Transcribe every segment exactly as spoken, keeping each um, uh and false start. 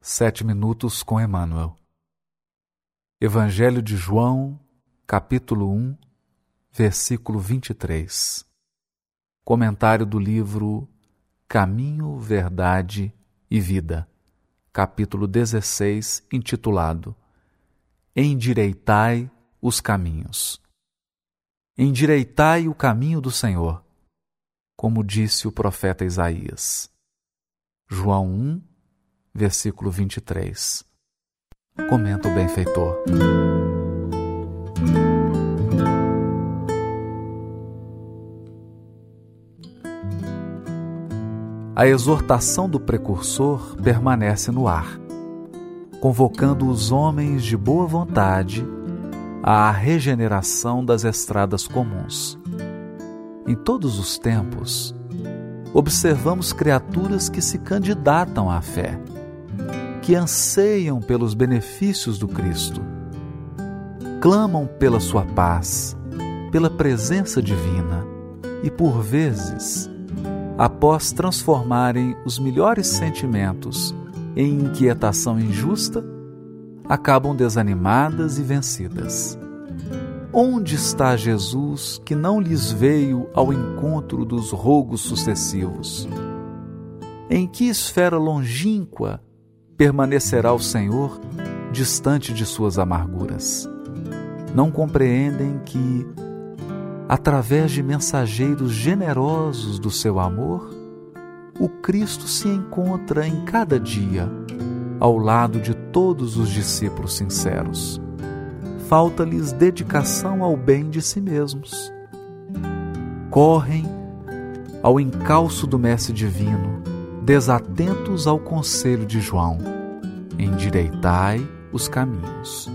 Sete minutos com Emmanuel. Evangelho de João, capítulo um, versículo vinte e três. Comentário do livro Caminho, Verdade e Vida, capítulo dezesseis, intitulado Endireitai os caminhos. Endireitai o caminho do Senhor, como disse o profeta Isaías. João um, versículo vinte e três. Comenta o benfeitor. A exortação do precursor permanece no ar, convocando os homens de boa vontade à regeneração das estradas comuns. Em todos os tempos, observamos criaturas que se candidatam à fé, que anseiam pelos benefícios do Cristo, clamam pela sua paz, pela presença divina e, por vezes, após transformarem os melhores sentimentos em inquietação injusta, acabam desanimadas e vencidas. Onde está Jesus que não lhes veio ao encontro dos rogos sucessivos? Em que esfera longínqua permanecerá o Senhor distante de suas amarguras? Não compreendem que, através de mensageiros generosos do seu amor, o Cristo se encontra em cada dia ao lado de todos os discípulos sinceros. Falta-lhes dedicação ao bem de si mesmos. Correm ao encalço do Mestre Divino, desatentos ao conselho de João: endireitai os caminhos.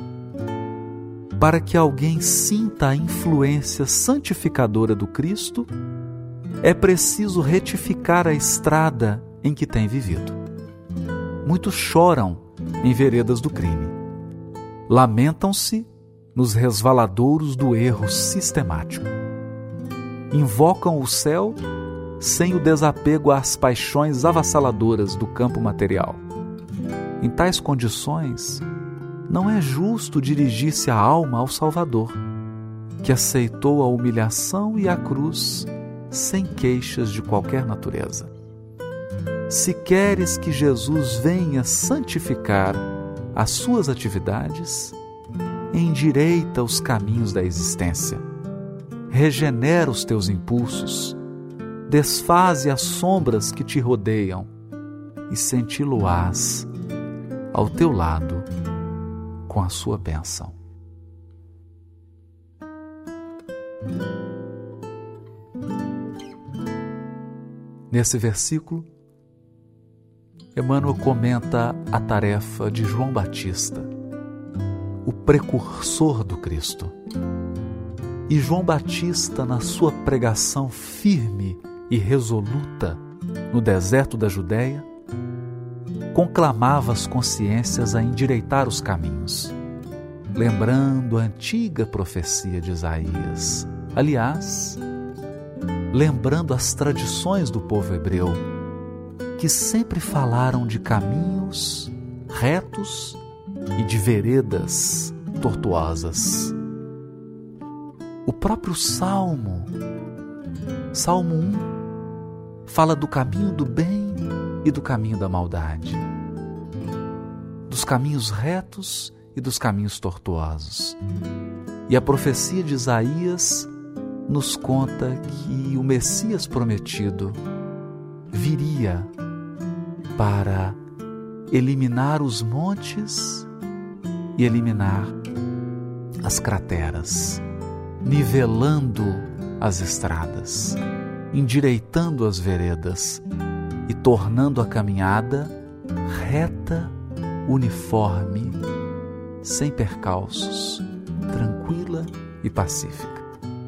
Para que alguém sinta a influência santificadora do Cristo, é preciso retificar a estrada em que tem vivido. Muitos choram em veredas do crime. Lamentam-se nos resvaladouros do erro sistemático. Invocam o céu sem o desapego às paixões avassaladoras do campo material. Em tais condições, não é justo dirigir-se a alma ao Salvador, que aceitou a humilhação e a cruz sem queixas de qualquer natureza. Se queres que Jesus venha santificar as suas atividades, endireita os caminhos da existência, regenera os teus impulsos, desfaze as sombras que te rodeiam e senti-lo-ás ao teu lado com a sua bênção. Nesse versículo, Emmanuel comenta a tarefa de João Batista, o precursor do Cristo. E João Batista, na sua pregação firme e resoluta no deserto da Judéia, conclamava as consciências a endireitar os caminhos, lembrando a antiga profecia de Isaías. Aliás, lembrando as tradições do povo hebreu, que sempre falaram de caminhos retos e de veredas tortuosas. O próprio Salmo, Salmo um, fala do caminho do bem e do caminho da maldade, dos caminhos retos e dos caminhos tortuosos. E a profecia de Isaías nos conta que o Messias prometido viria para eliminar os montes e eliminar as crateras, nivelando as estradas, endireitando as veredas e tornando a caminhada reta, uniforme, sem percalços, tranquila e pacífica.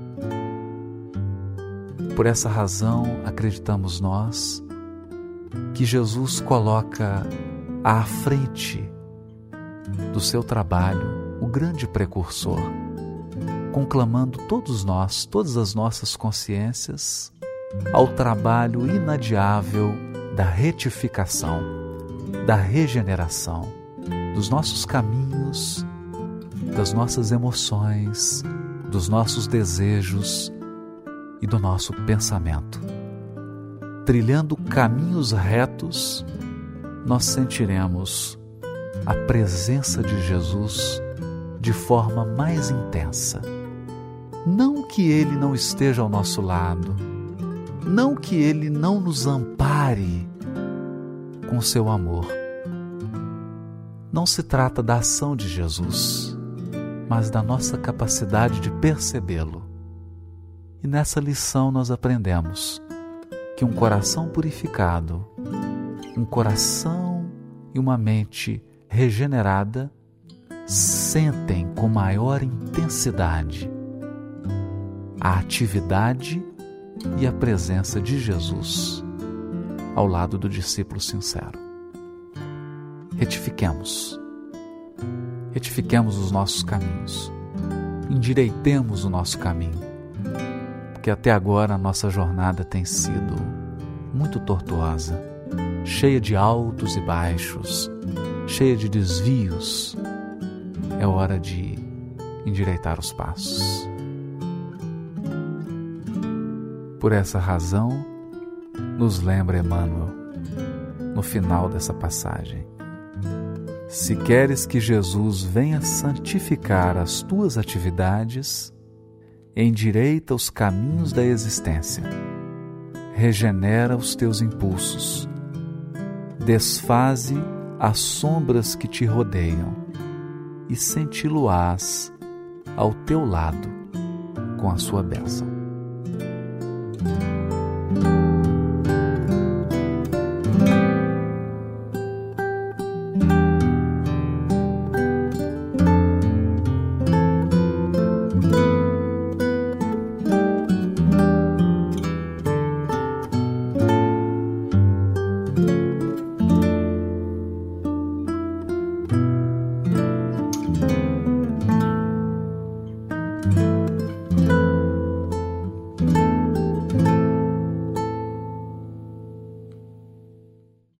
Por essa razão, acreditamos nós que Jesus coloca à frente do seu trabalho o grande precursor, conclamando todos nós, todas as nossas consciências, ao trabalho inadiável da retificação, da regeneração dos nossos caminhos, das nossas emoções, dos nossos desejos e do nosso pensamento. Trilhando caminhos retos, nós sentiremos a presença de Jesus de forma mais intensa. Não que Ele não esteja ao nosso lado, não que Ele não nos ampare com seu amor. Não se trata da ação de Jesus, mas da nossa capacidade de percebê-lo. E nessa lição nós aprendemos que um coração purificado, um coração e uma mente regenerada sentem com maior intensidade a atividade e a presença de Jesus ao lado do discípulo sincero. Retifiquemos, retifiquemos os nossos caminhos, endireitemos o nosso caminho, porque até agora a nossa jornada tem sido muito tortuosa, cheia de altos e baixos, cheia de desvios. É hora de endireitar os passos. Por essa razão, nos lembra Emmanuel, no final dessa passagem: se queres que Jesus venha santificar as tuas atividades, endireita os caminhos da existência, regenera os teus impulsos, desfaze as sombras que te rodeiam e senti-lo-ás ao teu lado com a sua bênção.